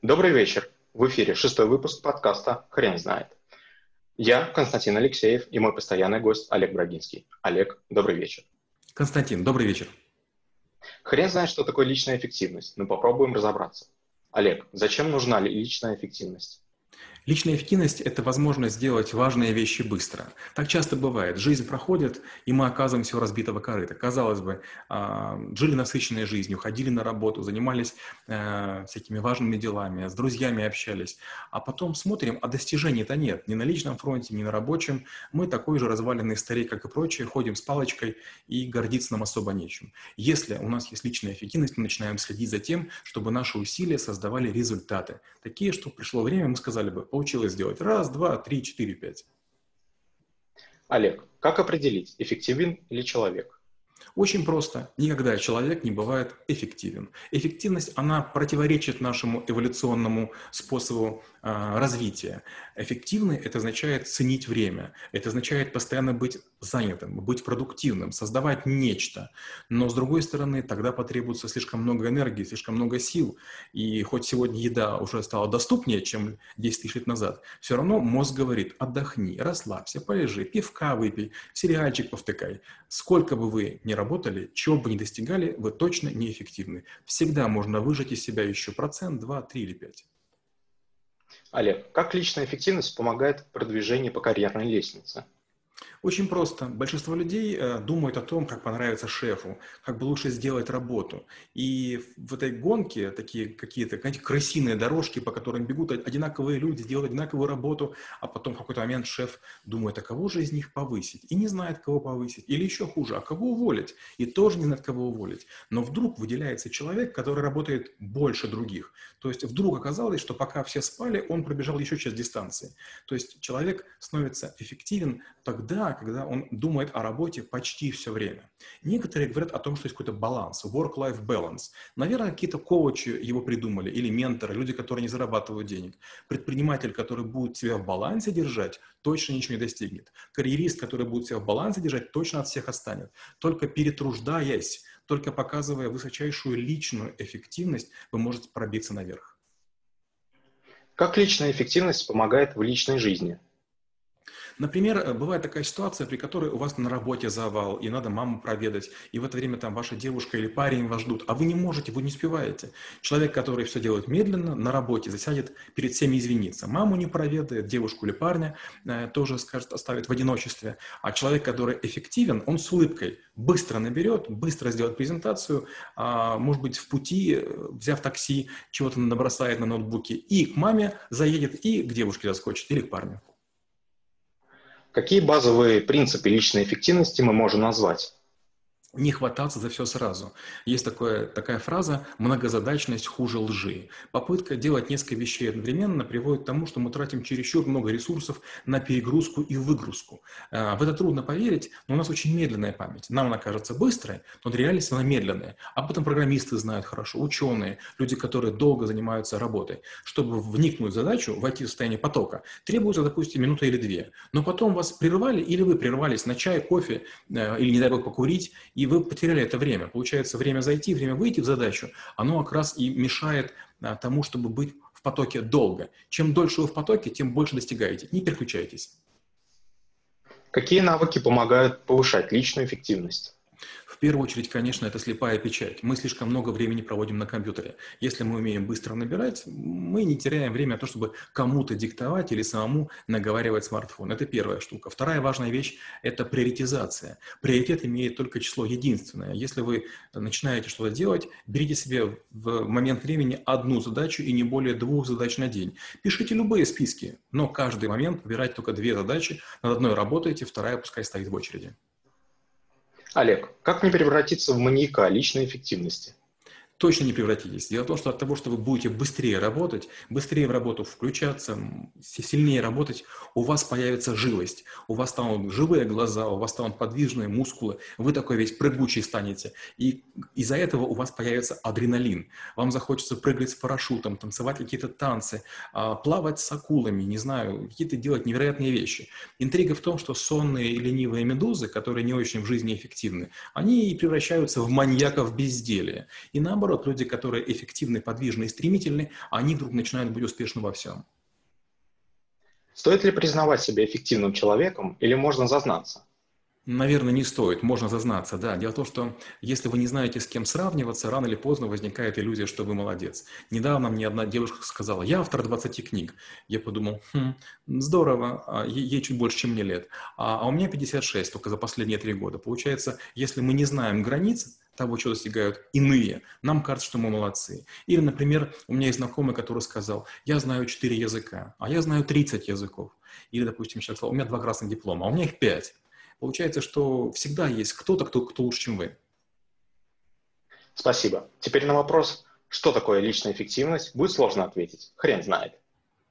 Добрый вечер. В эфире шестой выпуск подкаста «Хрен знает». Я Константин Алексеев и мой постоянный гость Олег Брагинский. Олег, добрый вечер. Константин, добрый вечер. Хрен знает, что такое личная эффективность, но попробуем разобраться. Олег, зачем нужна личная эффективность? Личная эффективность – это возможность сделать важные вещи быстро. Так часто бывает. Жизнь проходит, и мы оказываемся у разбитого корыта. Казалось бы, жили насыщенной жизнью, ходили на работу, занимались всякими важными делами, с друзьями общались. А потом смотрим, а достижений-то нет. Ни на личном фронте, ни на рабочем. Мы такой же разваленный старик, как и прочие, ходим с палочкой, и гордиться нам особо нечем. Если у нас есть личная эффективность, мы начинаем следить за тем, чтобы наши усилия создавали результаты. Такие, что пришло время, мы сказали бы, получилось сделать. Раз, два, три, четыре, пять. Олег, как определить, эффективен ли человек? Очень просто. Никогда человек не бывает эффективен. Эффективность, она противоречит нашему эволюционному способу развития. Эффективный – это означает ценить время. Это означает постоянно быть занятым, быть продуктивным, создавать нечто. Но, с другой стороны, тогда потребуется слишком много энергии, слишком много сил. И хоть сегодня еда уже стала доступнее, чем 10 тысяч лет назад, все равно мозг говорит: отдохни, расслабься, полежи, пивка выпей, сериальчик повтыкай. Сколько бы вы ни работали, чего бы ни достигали, вы точно неэффективны. Всегда можно выжать из себя еще 1%, 2, 3 или 5. Олег, как личная эффективность помогает в продвижении по карьерной лестнице? Очень просто. Большинство людей думают о том, как понравится шефу, как бы лучше сделать работу. И в этой гонке такие какие-то, знаете, крысиные дорожки, по которым бегут одинаковые люди, делают одинаковую работу, а потом в какой-то момент шеф думает, а кого же из них повысить? И не знает, кого повысить. Или еще хуже, а кого уволить? И тоже не знает, кого уволить. Но вдруг выделяется человек, который работает больше других. То есть вдруг оказалось, что пока все спали, он пробежал еще часть дистанции. То есть человек становится эффективен тогда, когда он думает о работе почти все время. Некоторые говорят о том, что есть какой-то баланс, work-life balance. Наверное, какие-то коучи его придумали, или менторы, люди, которые не зарабатывают денег. Предприниматель, который будет себя в балансе держать, точно ничего не достигнет. Карьерист, который будет себя в балансе держать, точно от всех отстанет. Только перетруждаясь, только показывая высочайшую личную эффективность, вы можете пробиться наверх. Как личная эффективность помогает в личной жизни? Например, бывает такая ситуация, при которой у вас на работе завал, и надо маму проведать, и в это время там ваша девушка или парень вас ждут, а вы не можете, вы не успеваете. Человек, который все делает медленно, на работе засядет перед всеми извиниться. Маму не проведает, девушку или парня тоже скажет, оставит в одиночестве. А человек, который эффективен, он с улыбкой быстро наберет, быстро сделает презентацию, может быть, в пути, взяв такси, чего-то набросает на ноутбуке, и к маме заедет, и к девушке заскочит, или к парню. Какие базовые принципы личной эффективности мы можем назвать? Не хвататься за все сразу. Есть такая фраза «многозадачность хуже лжи». Попытка делать несколько вещей одновременно приводит к тому, что мы тратим чересчур много ресурсов на перегрузку и выгрузку. В это трудно поверить, но у нас очень медленная память. Нам она кажется быстрой, но в реальности она медленная. Об этом программисты знают хорошо, ученые, люди, которые долго занимаются работой. Чтобы вникнуть в задачу, войти в состояние потока, требуется, допустим, минута или две. Но потом вас прервали, или вы прервались на чай, кофе, или, не дай бог, покурить, и вы потеряли это время. Получается, время зайти, время выйти в задачу, оно как раз и мешает тому, чтобы быть в потоке долго. Чем дольше вы в потоке, тем больше достигаете. Не переключайтесь. Какие навыки помогают повышать личную эффективность? В первую очередь, конечно, это слепая печать. Мы слишком много времени проводим на компьютере. Если мы умеем быстро набирать, мы не теряем время на то, чтобы кому-то диктовать или самому наговаривать смартфон. Это первая штука. Вторая важная вещь – это приоритизация. Приоритет имеет только число единственное. Если вы начинаете что-то делать, берите себе в момент времени одну задачу и не более 2 задач на день. Пишите любые списки, но каждый момент выбирайте только 2 задачи. Над одной работаете, вторая пускай стоит в очереди. Олег, как не превратиться в маньяка личной эффективности? Точно не превратитесь. Дело в том, что от того, что вы будете быстрее работать, быстрее в работу включаться, сильнее работать, у вас появится живость, у вас станут живые глаза, у вас станут подвижные мускулы, вы такой весь прыгучий станете. И из-за этого у вас появится адреналин. Вам захочется прыгать с парашютом, танцевать какие-то танцы, плавать с акулами, не знаю, какие-то делать невероятные вещи. Интрига в том, что сонные и ленивые медузы, которые не очень в жизни эффективны, они и превращаются в маньяков безделия. И наоборот, наоборот, люди, которые эффективны, подвижны и стремительны, они вдруг начинают быть успешны во всем. Стоит ли признавать себя эффективным человеком или можно зазнаться? Наверное, не стоит, можно зазнаться, да. Дело в том, что если вы не знаете, с кем сравниваться, рано или поздно возникает иллюзия, что вы молодец. Недавно мне одна девушка сказала: я автор 20 книг. Я подумал: здорово, ей чуть больше, чем мне лет. А у меня 56, только за последние 3 года. Получается, если мы не знаем границ того, чего достигают иные, нам кажется, что мы молодцы. Или, например, у меня есть знакомый, который сказал: я знаю 4 языка, а я знаю 30 языков. Или, допустим, человек сказал: у меня 2 красных диплома, а у меня их 5. Получается, что всегда есть кто-то, кто лучше, чем вы. Спасибо. Теперь на вопрос, что такое личная эффективность, будет сложно ответить. Хрен знает.